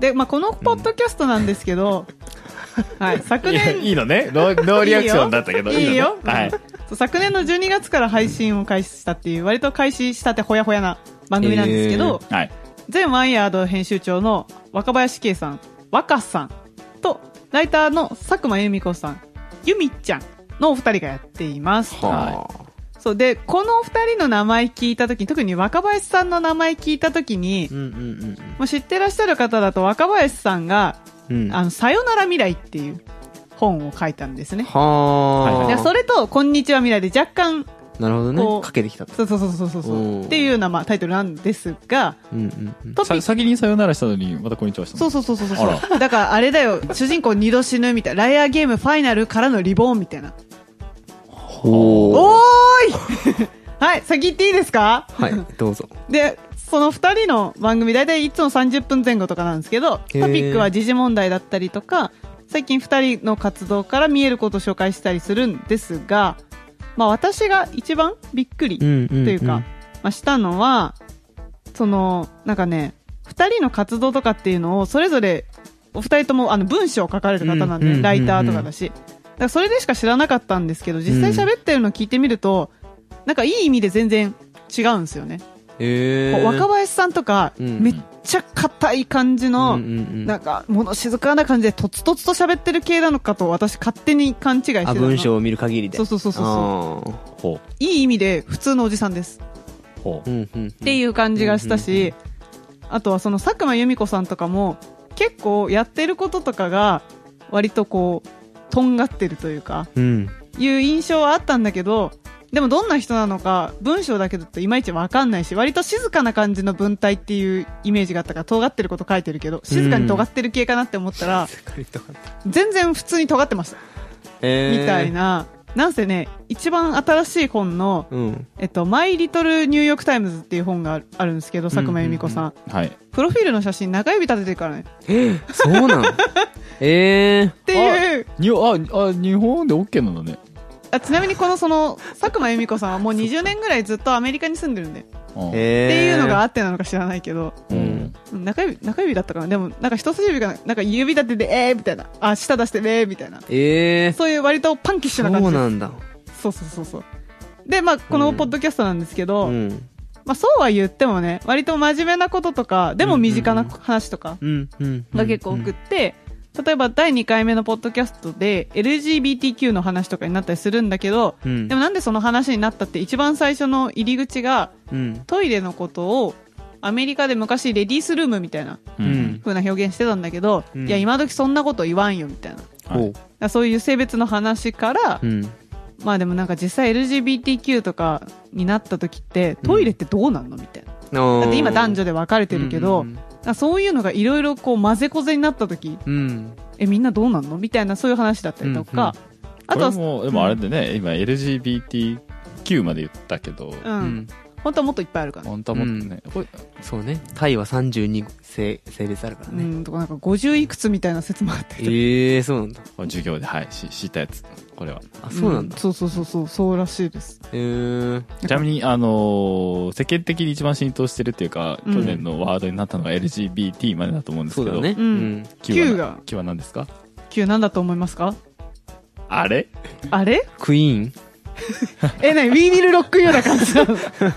Speaker 3: で、まあ、このポッドキャストなんですけど、うん、はい、昨年。
Speaker 1: いいいのねノー、ノーリアクションだったけど。
Speaker 3: いいよ。いいよ。
Speaker 1: はい。
Speaker 3: そう、昨年のじゅうにがつから配信を開始したっていう、割と開始したてほやほやな番組なんですけど、
Speaker 1: えー、はい。
Speaker 3: 前ワイヤード編集長の若林圭さん、若さんと、ライターの佐久間由美子さん、ゆみちゃんのお二人がやっています。
Speaker 2: はい。
Speaker 3: そうで、この二人の名前聞いたときに、特に若林さんの名前聞いたときに、
Speaker 2: うんうんうん、
Speaker 3: もう知ってらっしゃる方だと若林さんが、うん、あの、さよなら未来っていう本を書いたんですね。
Speaker 2: は
Speaker 3: あ。で、それと、こんにちは未来で若干、
Speaker 2: なるほどね。かけてきたと。
Speaker 3: そうそうそうそうそう。っていうような、まあ、タイトルなんですが、
Speaker 2: うんうんうん、
Speaker 3: トピ
Speaker 1: 先にさよならしたのに、またこんにちはしたの。
Speaker 3: そうそうそうそうそう。だからあれだよ、主人公二度死ぬみたいな、ライアーゲームファイナルからのリボーンみたいな。
Speaker 2: ほー。
Speaker 3: おーいはい、先言っていいですか？
Speaker 2: はい、どうぞ。
Speaker 3: で、その二人の番組、だいたいいつもさんじゅっぷんぜん後とかなんですけど、トピックは時事問題だったりとか、最近二人の活動から見えることを紹介したりするんですが、まあ私が一番びっくりというか、まあしたのは、その、なんかね、二人の活動とかっていうのを、それぞれ、お二人ともあの文章を書かれる方なんで、ライターとかだし、だからそれでしか知らなかったんですけど、実際喋ってるのを聞いてみると、なんかいい意味で全然違うんですよね。
Speaker 2: へー。
Speaker 3: 若林さんとか、うん、めっちゃ硬い感じの、うんうんうん、なんか物静かな感じでとつとつと喋ってる系なのかと私勝手に勘違いしてたの。
Speaker 2: 文章を見る限りで。
Speaker 3: そうそうそうそうそう。いい意味で普通のおじさんです。ほうっていう感じがしたし、あとはその佐久間由美子さんとかも結構やってることとかが割とこうとんがってるというか、うん、いう印象はあったんだけど、でもどんな人なのか文章だけだといまいちわかんないし、割と静かな感じの文体っていうイメージがあったから、尖ってること書いてるけど静かに尖ってる系かなって思ったら、うん、全然普通に尖ってました、えー、みたいな。なんせね、一番新しい本の、うん、えっと、マイリトルニューヨークタイムズっていう本があるんですけど、佐久間由美子さん、うんうんうん、はい、プロフィールの写真中指立ててるからね。
Speaker 2: えー、そうなのえー、
Speaker 3: っていう
Speaker 1: ああ、日本で OK なんだね。
Speaker 3: あ、ちなみにこのその佐久間由美子さんはもうにじゅうねんぐらいずっとアメリカに住んでるんで、っていうのがあってなのか知らないけど、うん、中指中指だったかな。でもなんか人差し指がなんか指立ててえーみたいな、あ、舌出してえーみたいな、えー、そういう割とパンキッシュな感じ。
Speaker 2: そうなんだ。
Speaker 3: そうそうそうそう。で、まあこのポッドキャストなんですけど、うん、まあそうは言ってもね、割と真面目なこととかでも身近な話とかが結構多くって、例えばだいにかいめのポッドキャストで エルジービーティーキュー の話とかになったりするんだけど、うん、でもなんでその話になったって一番最初の入り口が、うん、トイレのことをアメリカで昔レディースルームみたいな風な表現してたんだけど、うん、いや今時そんなこと言わんよみたいな、はい、そういう性別の話から、うん、まあでもなんか実際 エルジービーティーキュー とかになった時ってトイレってどうなんのみたいな、うん、だって今男女で分かれてるけど、うんうんうん、そういうのがいろいろこう混ぜこぜになった時、うん、えみんなどうなんのみたいな、そういう話だったりとか、うんうん、あとは
Speaker 1: もでもあれでね、うん、今 エルジービーティーキュー まで言ったけど、
Speaker 3: うんうん、本当はもっといっぱいあるから、ね、
Speaker 1: 本当はもっとね、うん、
Speaker 2: これそうね、タイはさんじゅうに性別あるからね、
Speaker 3: うん、とかなんかごじゅういくつみたいな説もあったりとか。
Speaker 2: ええー、そうなんだ。
Speaker 1: 授業ではいし知ったやつ、これは。
Speaker 2: あ、そうなんだ、
Speaker 3: うん、そうそうそうそう、そうらしいです。
Speaker 2: えー、
Speaker 1: ちなみにあのー、世間的に一番浸透してるっていうか、うん、去年のワードになったのが エルジービーティー までだと思うんですけど、
Speaker 2: そうだね、うん、
Speaker 3: Q が
Speaker 1: Q は何ですか？
Speaker 3: Q 何だと思いますか？
Speaker 1: あれ
Speaker 3: あれ
Speaker 2: クイーン
Speaker 3: え、なに We Will Rock You な感じなの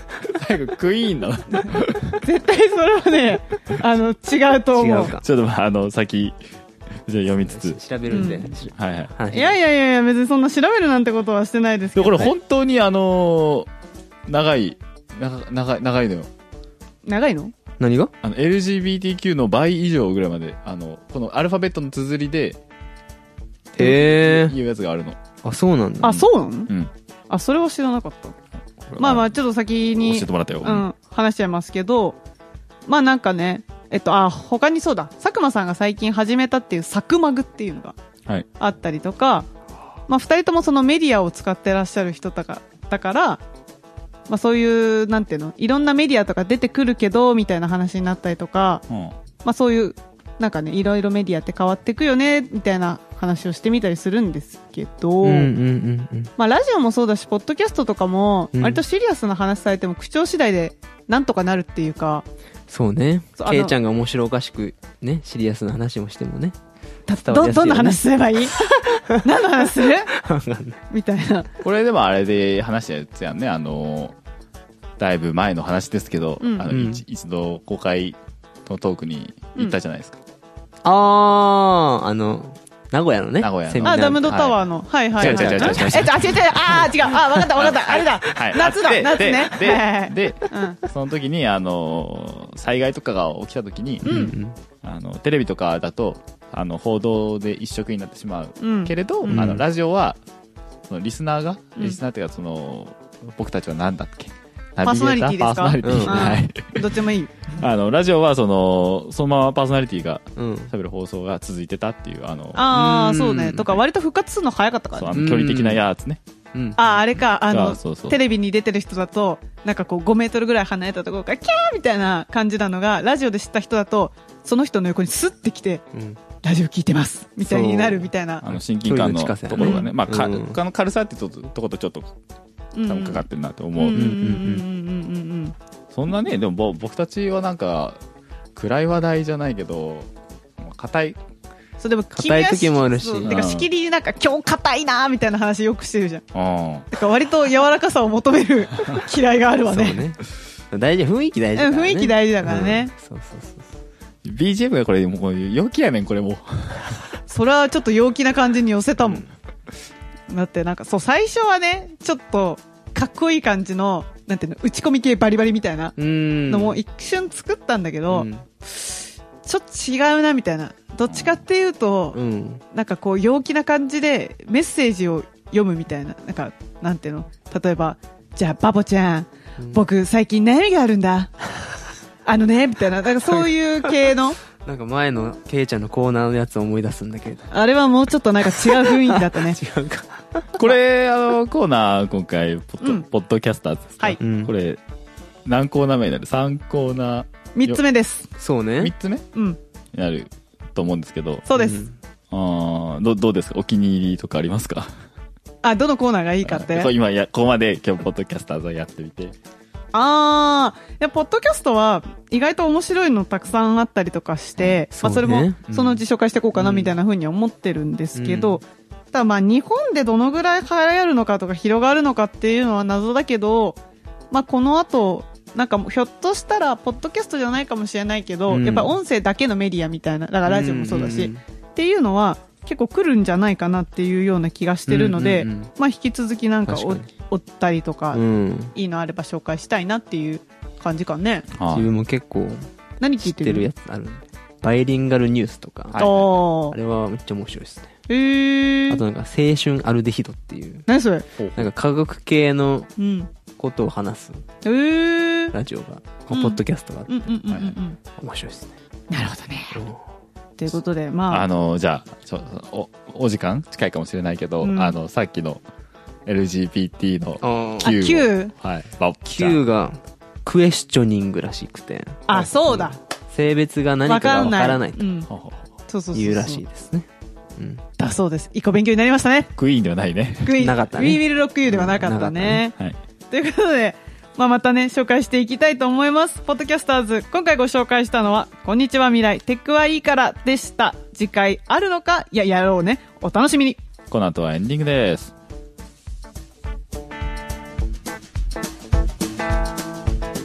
Speaker 1: 最後クイーンの
Speaker 3: 絶対それはね、あの、違うと思う。
Speaker 2: 違うか。
Speaker 1: ちょっとまああの先じゃあ読みつつ、
Speaker 2: 調べるんで、
Speaker 3: うん
Speaker 1: はいはい。
Speaker 2: 話
Speaker 3: いやいやいやいや、別にそんな調べるなんてことはしてないですけど、ね。
Speaker 1: でこれ本当にあのー長い長長い長いのよ。
Speaker 3: 長いの？
Speaker 2: 何が？
Speaker 1: あの エルジービーティーキュー の倍以上ぐらいまであのこのアルファベットの綴りで
Speaker 2: へ
Speaker 1: いうやつがあるの。
Speaker 2: ー。あ、そうなんだ。
Speaker 3: あ、そうなの？
Speaker 1: うん。
Speaker 3: あ、それは知らなかった。まあまあ、ちょっと先
Speaker 1: 教
Speaker 3: に
Speaker 1: えてもらったよ。
Speaker 3: うん、話しちゃいますけど、まあなんかね、えっと、あ、他にそうだ、佐久間さんが最近始めたっていうサクマグっていうのが
Speaker 1: はい。
Speaker 3: あったりとか、まあ二人ともそのメディアを使ってらっしゃる人だから、だから、まあそういう、なんていうの、いろんなメディアとか出てくるけど、みたいな話になったりとか、
Speaker 1: うん。
Speaker 3: まあそういう、なんかね、いろいろメディアって変わってくよね、みたいな話をしてみたりするんですけど、
Speaker 2: うんうんうんうん。
Speaker 3: まあラジオもそうだし、ポッドキャストとかも、
Speaker 2: うん
Speaker 3: 割とシリアスな話されても口調次第でなんとかなるっていうか、
Speaker 2: そうね。
Speaker 3: そうあの
Speaker 2: ケイちゃんが面白おかしくね、シリアスな話もしてもね。
Speaker 3: だ
Speaker 2: 伝わりやすいよね
Speaker 3: ど、どんな話すればいい何の話する
Speaker 2: わかんない。
Speaker 3: みたいな。
Speaker 1: これでもあれで話したやつやんね。あのーだいぶ前の話ですけど、
Speaker 3: うん
Speaker 1: あの
Speaker 2: うん
Speaker 1: 一一度公開のトークに行ったじゃないですか。
Speaker 2: あー、あの、名古屋のね。
Speaker 1: 名古屋の
Speaker 3: あ、
Speaker 2: セミナー
Speaker 3: ダムドタワーの。はいはいはい。
Speaker 1: 違う違う違う違う違う
Speaker 3: え、ちょ、あ、違う違う。あー、違う。あ、わかったわかった。あれだ。
Speaker 1: はい
Speaker 3: 夏だ、
Speaker 1: で
Speaker 3: 夏ね。
Speaker 1: で
Speaker 3: はいはいはい
Speaker 1: でで
Speaker 3: うん。
Speaker 1: その時にあのー災害とかが起きた時に、
Speaker 3: うん
Speaker 2: うん
Speaker 1: あのテレビとかだとあの報道で一色になってしまう、
Speaker 3: うん
Speaker 1: けれど、
Speaker 2: うん
Speaker 1: あのラジオはそのリスナーが、
Speaker 3: うん
Speaker 1: リスナーっていうかその僕たちは何だっけ
Speaker 3: パーソナリティですか
Speaker 1: パーソナリティ、
Speaker 2: うん
Speaker 1: はい
Speaker 3: どっちもいい。
Speaker 1: あのラジオはそのそのままパーソナリティが
Speaker 2: うん。
Speaker 1: 喋る放送が続いてたっていうあの
Speaker 3: あー、
Speaker 2: うん
Speaker 3: そうね。とか、割と復活するの早かったからね。
Speaker 1: そうあの距離的なやつね、
Speaker 2: うん。
Speaker 3: あー、あれか。あの、
Speaker 1: そうそう
Speaker 3: テレビに出てる人だと、なんかこうごメートルぐらい離れたところから、キャーみたいな感じなのが、ラジオで知った人だと、その人の横にスッて来て、
Speaker 2: うん。
Speaker 3: ラジオ聞いてますみたいになるみたいな。
Speaker 1: あの親近感の
Speaker 2: 距離の近さやね
Speaker 1: ところがね、まあ、か
Speaker 2: うん
Speaker 1: あの軽さってととことちょっと
Speaker 3: うん
Speaker 1: 多分かかってるなと思う、
Speaker 3: うんうんうんうんうんうん
Speaker 1: そんなねでもぼ僕たちはなんか暗い話題じゃないけど硬い
Speaker 3: そうでも
Speaker 2: 硬い時もあるし
Speaker 3: そうてかしきりになんか今日硬いなーみたいな話よくしてるじゃん。
Speaker 1: うん
Speaker 3: だから割と柔らかさを求める嫌いがあるわね。
Speaker 2: そうね。大事、雰囲気大事だからね。
Speaker 3: うん雰囲気大事だからね
Speaker 2: うんそうそうそうそう。
Speaker 1: ビージーエム がこれもう陽気やねんこれもう
Speaker 3: それはちょっと陽気な感じに寄せたもん。だってなんかそう最初はねちょっとかっこいい感じのなんていうの打ち込み系バリバリみたいな
Speaker 2: うーん。
Speaker 3: のも一瞬作ったんだけど、
Speaker 2: うん
Speaker 3: ちょっと違うなみたいな。どっちかっていうと、
Speaker 2: うん。
Speaker 3: なんかこう陽気な感じでメッセージを読むみたいな。なんか、なんていうの例えば、じゃあバボちゃん、僕最近悩みがあるんだ。あのね、みたいな。なんかそういう系の。
Speaker 2: なんか前のケイちゃんのコーナーのやつを思い出すんだけど。
Speaker 3: あれはもうちょっとなんか違う雰囲気だったね。
Speaker 2: 違うか。
Speaker 1: これあのコーナー今回ポッド,、
Speaker 3: うん
Speaker 1: ポッドキャスターですか、
Speaker 3: はい
Speaker 2: うん
Speaker 1: これ何コーナー目になるさんコーナー
Speaker 3: 三つ目です。
Speaker 2: そうね。
Speaker 1: みっつめに
Speaker 3: うん。
Speaker 1: なると思うんですけど
Speaker 3: そうです。
Speaker 2: うん
Speaker 1: あーどどうですかお気に入りとかありますか
Speaker 3: あ、どのコーナーがいいかって。
Speaker 1: こう今やここまで今日ポッドキャスターズをやってみて
Speaker 3: あー、いや、ポッドキャストは意外と面白いのたくさんあったりとかして、
Speaker 2: そうね
Speaker 3: まあそれも
Speaker 2: うん
Speaker 3: そのうち紹介していこうかなみたいな風には思ってるんですけど、ただまあ日本でどのぐらい流行るのかとか広がるのかっていうのは謎だけど、まあこの後、なんかひょっとしたら、ポッドキャストじゃないかもしれないけど、
Speaker 2: うん
Speaker 3: やっぱ音声だけのメディアみたいな、だからラジオもそうだし、
Speaker 2: んんん
Speaker 3: っていうのは結構来るんじゃないかなっていうような気がしてるので、
Speaker 2: うんうんうん
Speaker 3: まあ引き続きなんかお
Speaker 2: 確かに
Speaker 3: 追ったりとか、
Speaker 2: うん。
Speaker 3: いいのあれば紹介したいなっていう感じかね。
Speaker 1: はい
Speaker 2: 自分も結構知ってて
Speaker 3: 何聞いる
Speaker 2: るやつあるんで。バイリンガルニュースとか。
Speaker 1: はい
Speaker 3: おー。
Speaker 2: あれはめっちゃ面白いですね。
Speaker 3: えー。
Speaker 2: あとなんか青春アルデヒドっていう、
Speaker 3: 何それ
Speaker 2: なんか科学系の
Speaker 3: うん。
Speaker 2: ことを話す
Speaker 3: えー。
Speaker 2: ラジオが、
Speaker 3: うん
Speaker 2: ポッドキャストがあって
Speaker 3: うんうんうんうん、
Speaker 1: はいはい
Speaker 3: うん。
Speaker 2: 面白いですね。
Speaker 3: なるほどね。ということで、まあ、
Speaker 1: あのじゃあちょおお時間近いかもしれないけど、
Speaker 3: うん
Speaker 1: あのさっきの エルジービーティー の
Speaker 2: あ
Speaker 3: あ
Speaker 1: Q を
Speaker 3: Q
Speaker 1: はいバッちゃん
Speaker 2: Q がクエスチョニングらしくて、
Speaker 3: あ、そうだ。
Speaker 2: 性別が何かがわからないと
Speaker 3: うん。
Speaker 1: ほうほうほう
Speaker 3: そうそうそうそう。
Speaker 2: いうらしいですね。うん。
Speaker 3: だそうです。一個勉強になりましたね。
Speaker 1: クイーンではないね
Speaker 3: クイーン。
Speaker 2: なかったね
Speaker 3: We Will Rock You ではなかったね。
Speaker 1: はい
Speaker 3: ということで、まあ、またね、紹介していきたいと思います。ポッドキャスターズ。今回ご紹介したのは、こんにちは未来、テックはいいからでした。次回あるのかいや、やろうね。お楽しみに。
Speaker 1: この後はエンディングです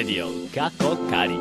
Speaker 1: ディオ過去仮。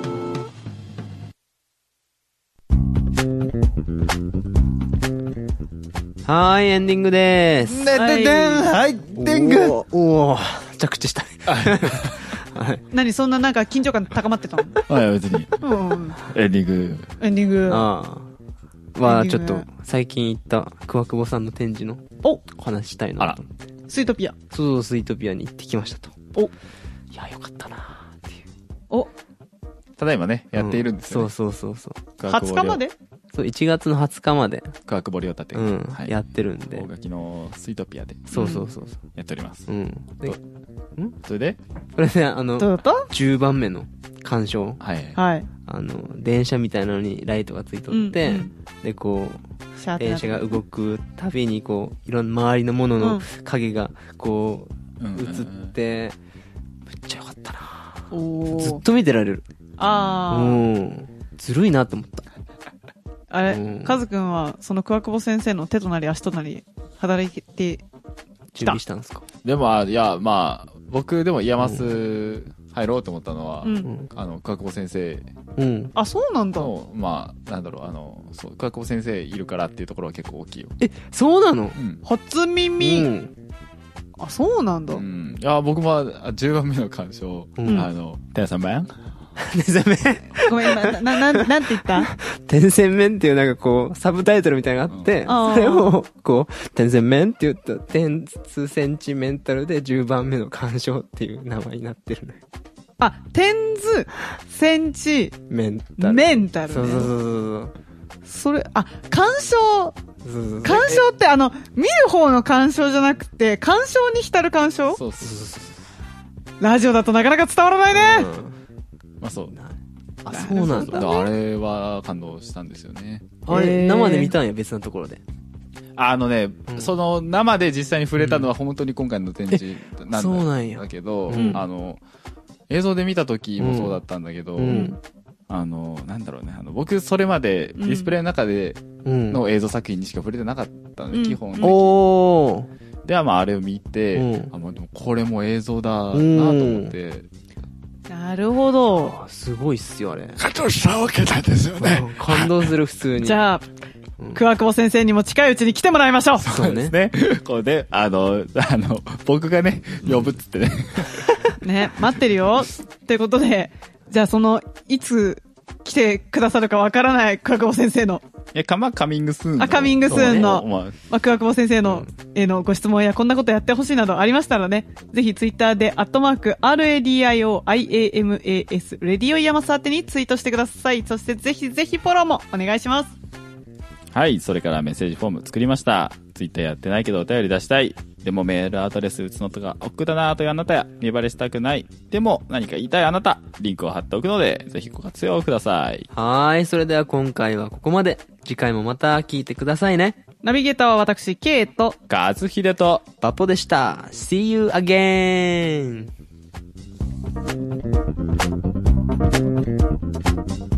Speaker 2: はーい、エンディングでーす。
Speaker 3: でででんはい、デング。
Speaker 2: おーおー着地した。はい。
Speaker 3: 何そんななんか緊張感高まってたの？
Speaker 1: はい別に
Speaker 3: うんうん。
Speaker 1: エンディング。
Speaker 3: エンディング。
Speaker 2: ああ。は、
Speaker 3: エンディング
Speaker 2: ちょっと、最近行った、桑久保さんの展示の
Speaker 3: お、
Speaker 2: お話したいなと思って。
Speaker 3: スイートピア。
Speaker 2: そうそう、スイートピアに行ってきましたと。
Speaker 3: お、
Speaker 2: いや、よかったなーっていう。
Speaker 3: お、
Speaker 1: ただいまねやっているんですよ、ね
Speaker 2: うんそうそうそうそう。
Speaker 3: はつかまで？
Speaker 2: そう、いちがつのはつかまで、
Speaker 1: 川久保亮太店、
Speaker 2: うん、
Speaker 1: はい、
Speaker 2: やってるんで
Speaker 1: 大。垣のスイートピアで
Speaker 2: そうそうそうそ
Speaker 1: やっております、
Speaker 2: う。うん。で、
Speaker 1: それで
Speaker 2: これね、あの、
Speaker 3: どうだった？
Speaker 2: じゅうばんめの鑑賞。
Speaker 1: はい
Speaker 3: はい。
Speaker 2: あの、電車みたいなのにライトがついとって、
Speaker 3: うんうん
Speaker 2: で、こう、
Speaker 3: シャーってなって
Speaker 2: 電車が動くたびに、こう、いろんな周りのもの
Speaker 3: うん
Speaker 2: の影が、こう、
Speaker 1: うんうんうん
Speaker 2: 映って、めっちゃよかったな
Speaker 3: おー。
Speaker 2: ずっと見てられる。う
Speaker 3: あー。
Speaker 2: ん。ずるいなって思った。
Speaker 3: あれ
Speaker 2: うん、
Speaker 3: カズくんは、その桑久保先生の手となり足となり、働いて、
Speaker 2: 準備したんですか？
Speaker 1: でもあいやまあ僕でもイヤマス入ろうと思ったのは、
Speaker 3: う。
Speaker 2: うんん。
Speaker 1: あの川久保先生
Speaker 2: うん。
Speaker 3: あ、そうなんだ。
Speaker 1: のまあなんだろうあのそう川久保先生いるからっていうところは結構大きいよ。
Speaker 2: え、そうなの？
Speaker 1: うん
Speaker 3: 初耳、
Speaker 2: うん。
Speaker 3: あ、そうなんだ。
Speaker 1: うん、いや僕もあじゅうばんめの鑑賞、
Speaker 2: うん
Speaker 1: あの「天さんばん」
Speaker 2: 天線面
Speaker 3: ごめん、今、な、な、なんなんて言った？
Speaker 2: 天線面っていうなんかこう、サブタイトルみたいなのがあって、
Speaker 3: うん
Speaker 2: それを、こう、天線面って言ったら、天数センチメンタルでじゅうばんめの鑑賞っていう名前になってるね。
Speaker 3: あ、テンズ、センチ、
Speaker 2: メンタル。
Speaker 3: メンタルね。
Speaker 2: そうそうそう
Speaker 3: それ、あ、鑑賞、
Speaker 2: そうそうそう。
Speaker 3: 鑑賞ってあの、見る方の鑑賞じゃなくて、鑑賞に浸る鑑賞？
Speaker 1: そうそうそう
Speaker 3: ラジオだとなかなか伝わらないね。
Speaker 2: うん
Speaker 1: まあそう
Speaker 2: あ、そうなんだ。
Speaker 1: あれは感動したんですよね。
Speaker 2: あれ、
Speaker 3: へー
Speaker 2: 生で見たんや、別のところで。
Speaker 1: あのね、
Speaker 2: うん
Speaker 1: その生で実際に触れたのは本当に今回の展示なん
Speaker 2: そうなんや
Speaker 1: だけど、
Speaker 2: うん
Speaker 1: あの、映像で見た時もそうだったんだけど、
Speaker 2: うん。
Speaker 1: あの、なんだろうね、あの、僕それまでディスプレイの中で
Speaker 2: うん。
Speaker 1: の映像作品にしか触れてなかったので、
Speaker 3: うん
Speaker 1: 基本。
Speaker 2: おー。
Speaker 1: ではまああれを見て、
Speaker 2: うん
Speaker 1: あもうでもこれも映像だなと思って、
Speaker 3: なるほど。
Speaker 2: あすごいっすよ、あれ。
Speaker 1: 感動したわけなんですよね。
Speaker 2: うん感動する、普通に。
Speaker 3: じゃあ、
Speaker 2: うん
Speaker 3: 桑久保先生にも近いうちに来てもらいましょう。
Speaker 2: そうね。
Speaker 1: ね。こうね、あの、あの、僕がね、呼ぶっつってね。
Speaker 3: ね、待ってるよ。ということで、じゃあその、いつ来てくださるかわからない桑久保先生の、
Speaker 1: いや、かま、カミングスーンの。
Speaker 3: あカミングスーンの
Speaker 1: そうまあ
Speaker 3: まあ、桑久保先生の、へのご質問やこんなことやってほしいなどありましたらね、ぜひツイッターで、アットマーク、アールエーディーアイオーアイエーエムエーエス、レディオイヤマス宛てにツイートしてください。そしてぜひぜひフォローもお願いします。
Speaker 1: はい、それからメッセージフォーム作りました。ツイッターやってないけどお便り出したい。でもメールアドレス打つのとか億劫だなというあなたや、見バレしたくない。でも何か言いたいあなた、リンクを貼っておくので、ぜひご活用ください。
Speaker 2: はーい。それでは今回はここまで。次回もまた聞いてくださいね。
Speaker 3: ナビゲーターは私、ケイと、
Speaker 1: ガズヒデと、
Speaker 2: バポでした。See you again!